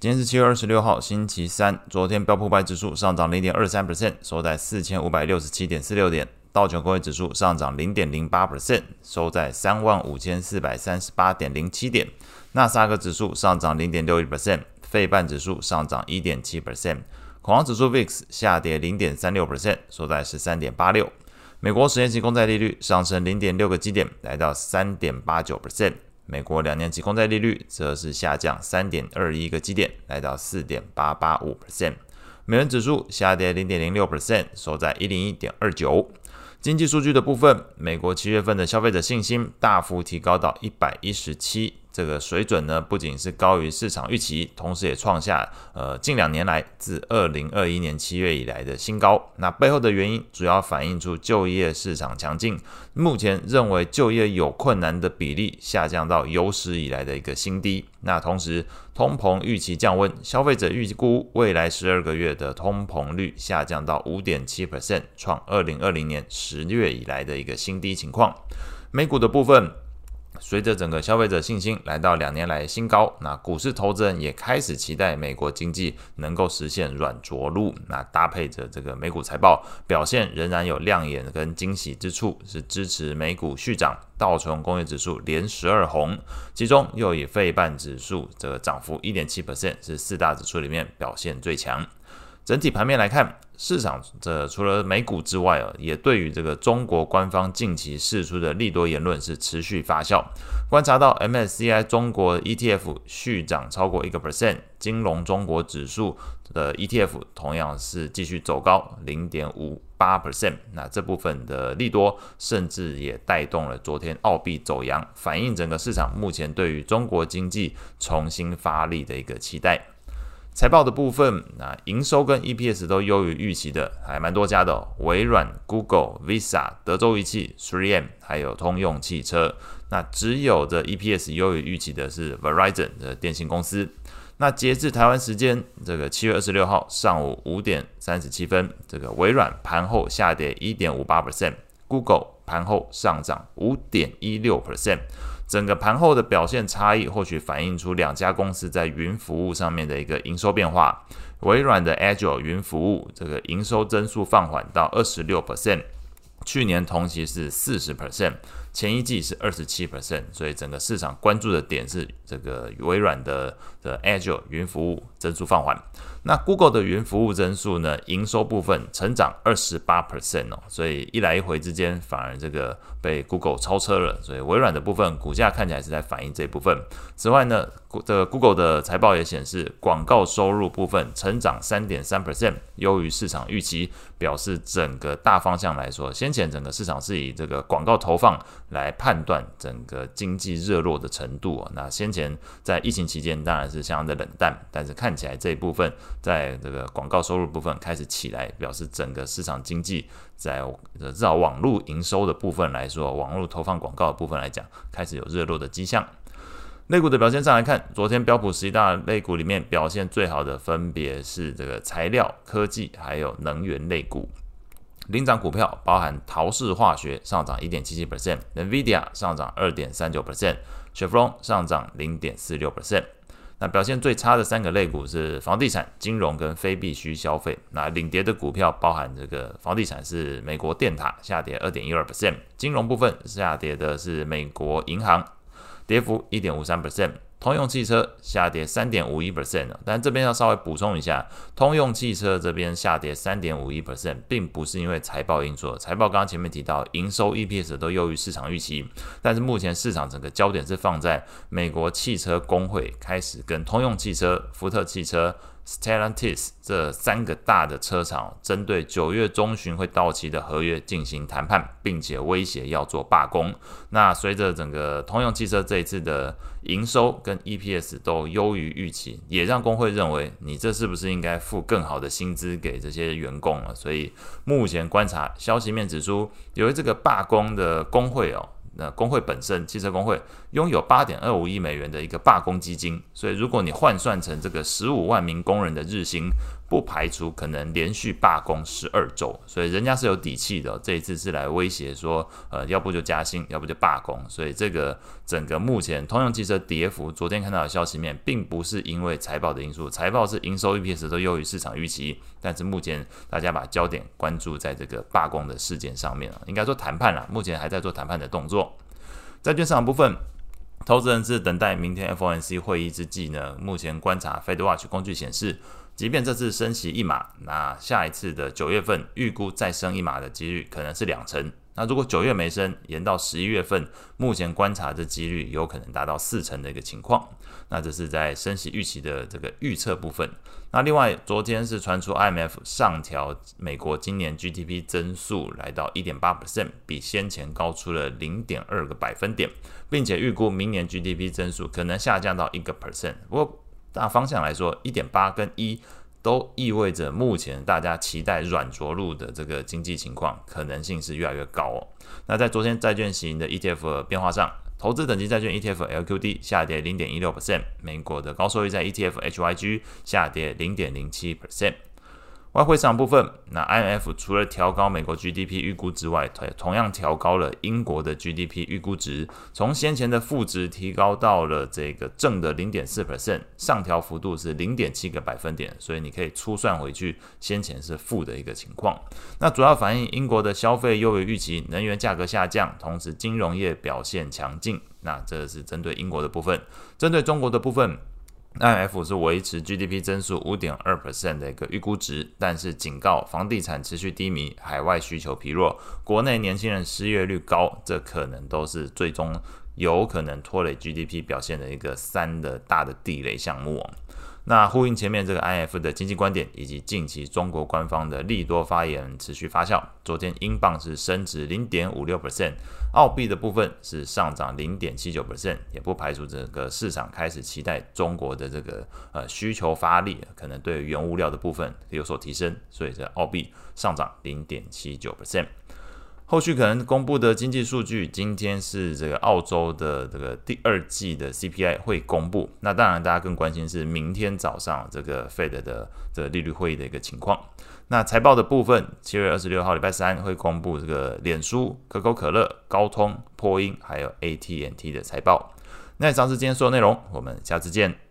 今天是7月26号，星期三。昨天标普500指数上涨 0.23%， 收在 4567.46 点。道琼工业指数上涨 0.08%， 收在 35,438.07 点。纳斯达克指数上涨 0.61%， 费半指数上涨 1.7%。恐慌指数 VIX 下跌 0.36%， 收在 13.86。美国10年期公债利率上升 0.6 个基点，来到 3.89%。美国2年期公债利率则是下降 3.21 个基点，来到 4.885%。美元指数下跌 0.06%， 收在 101.29。经济数据的部分，美国7月份的消费者信心大幅提高到117，这个水准呢，不仅是高于市场预期，同时也创下近2年来自2021年7月以来的新高。那背后的原因主要反映出就业市场强劲，目前认为就业有困难的比例下降到有史以来的一个新低。那同时通膨预期降温，消费者预估未来12个月的通膨率下降到 5.7%， 创2020年10月以来的一个新低情况。美股的部分，随着整个消费者信心来到2年来的新高，那股市投资人也开始期待美国经济能够实现软着陆。那搭配着这个美股财报表现仍然有亮眼跟惊喜之处，是支持美股续涨。道琼工业指数连12红，其中又以费半指数这个涨幅 1.7%， 是4大指数里面表现最强。整体盘面来看，市场除了美股之外，也对于这个中国官方近期释出的利多言论是持续发酵。观察到 MSCI 中国 ETF 续涨超过 1%， 金融中国指数的 ETF 同样是继续走高 0.58%。 那这部分的利多甚至也带动了昨天澳币走阳，反映整个市场目前对于中国经济重新发力的一个期待。财报的部分，那营收跟 EPS 都优于预期的，还蛮多家的微软、Google、Visa、德州仪器、3M， 还有通用汽车。那只有的 EPS 优于预期的是 Verizon 的电信公司。那截至台湾时间这个7月26号上午5点37分，这个微软盘后下跌 1.58%， Google 盘后上涨 5.16%。整个盘后的表现差异或许反映出2家公司在云服务上面的一个营收变化。微软的 Azure 云服务这个营收增速放缓到 26%， 去年同期是 40%， 前一季是 27%， 所以整个市场关注的点是这个微软的 Azure 云服务增速放缓。那 Google 的云服务增速呢，营收部分成长 28%， 所以一来一回之间反而这个被 Google 超车了，所以微软的部分股价看起来是在反映这一部分。此外呢，这个 Google 的财报也显示，广告收入部分成长 3.3%， 优于市场预期，表示整个大方向来说，先前整个市场是以这个广告投放来判断整个经济热络的程度。那先前在疫情期间当然是相当的冷淡，但是看起来这一部分在这个广告收入部分开始起来，表示整个市场经济在至少网络营收的部分来说，网络投放广告的部分来讲，开始有热络的迹象。类股的表现上来看，昨天标普11大类股里面表现最好的分别是这个材料、科技还有能源类股。领涨股票包含陶氏化学上涨 1.77%， NVIDIA 上涨 2.39%， 雪佛龙上涨 0.46%。那表现最差的3个类股是房地产、金融跟非必需消费。那领跌的股票包含这个房地产是美国电塔下跌 2.12%， 金融部分下跌的是美国银行，跌幅 1.53%， 通用汽车下跌 3.51%， 但这边要稍微补充一下，通用汽车这边下跌 3.51% 并不是因为财报因素，财报刚刚前面提到营收 EPS 都优于市场预期，但是目前市场整个焦点是放在美国汽车工会开始跟通用汽车、福特汽车、Stellantis 这3个大的车厂针对9月中旬会到期的合约进行谈判，并且威胁要做罢工。那随着整个通用汽车这一次的营收跟 EPS 都优于预期，也让工会认为你这是不是应该付更好的薪资给这些员工了。所以目前观察消息面指出，由于这个罢工的工会那工会本身，汽车工会拥有 8.25 亿美元的一个罢工基金，所以如果你换算成这个15万名工人的日薪， 不排除可能连续罢工12周，所以人家是有底气的，这一次是来威胁说，要不就加薪，要不就罢工，所以这个整个目前通用汽车跌幅，昨天看到的消息面，并不是因为财报的因素，财报是营收 EPS 都优于市场预期，但是目前大家把焦点关注在这个罢工的事件上面，应该说谈判啦，目前还在做谈判的动作。债券市场部分，投资人是等待明天 FOMC 会议之际呢，目前观察 FedWatch 工具显示，即便这次升息1码，那下一次的9月份预估再升1码的几率可能是2成。那如果9月没升，延到11月份，目前观察的几率有可能达到4成的一个情况。那这是在升息预期的这个预测部分。那另外，昨天是传出 IMF 上调美国今年 GDP 增速来到 1.8%， 比先前高出了 0.2 个百分点，并且预估明年 GDP 增速可能下降到1%。不过大方向来说 1.8 跟1都意味着目前大家期待软着陆的这个经济情况可能性是越来越高哦。那在昨天债券型的 ETF 的变化上，投资等级债券 ETF LQD 下跌 0.16%， 美国的高收益债 ETF HYG 下跌 0.07%。外汇市场部分，那 IMF 除了调高美国 GDP 预估之外，同样调高了英国的 GDP 预估值，从先前的负值提高到了这个正的 0.4%， 上调幅度是 0.7 个百分点，所以你可以粗算回去，先前是负的一个情况。那主要反映英国的消费优于预期，能源价格下降，同时金融业表现强劲。那这是针对英国的部分，针对中国的部分。IMF 是维持 GDP 增速 5.2% 的一个预估值，但是警告房地产持续低迷，海外需求疲弱，国内年轻人失业率高，这可能都是最终有可能拖累 GDP 表现的一个3的大的地雷项目。那呼应前面这个 IMF 的经济观点，以及近期中国官方的利多发言持续发酵，昨天英镑是升值 0.56%， 澳币的部分是上涨 0.79%， 也不排除这个市场开始期待中国的这个需求发力，可能对原物料的部分有所提升，所以这澳币上涨 0.79%。后续可能公布的经济数据，今天是这个澳洲的这个第2季的 CPI 会公布。那当然，大家更关心是明天早上这个 Fed 的这个利率会议的一个情况。那财报的部分，7月26号礼拜三会公布这个脸书、可口可乐、高通、波音还有 AT&T 的财报。那以上是今天所有内容，我们下次见。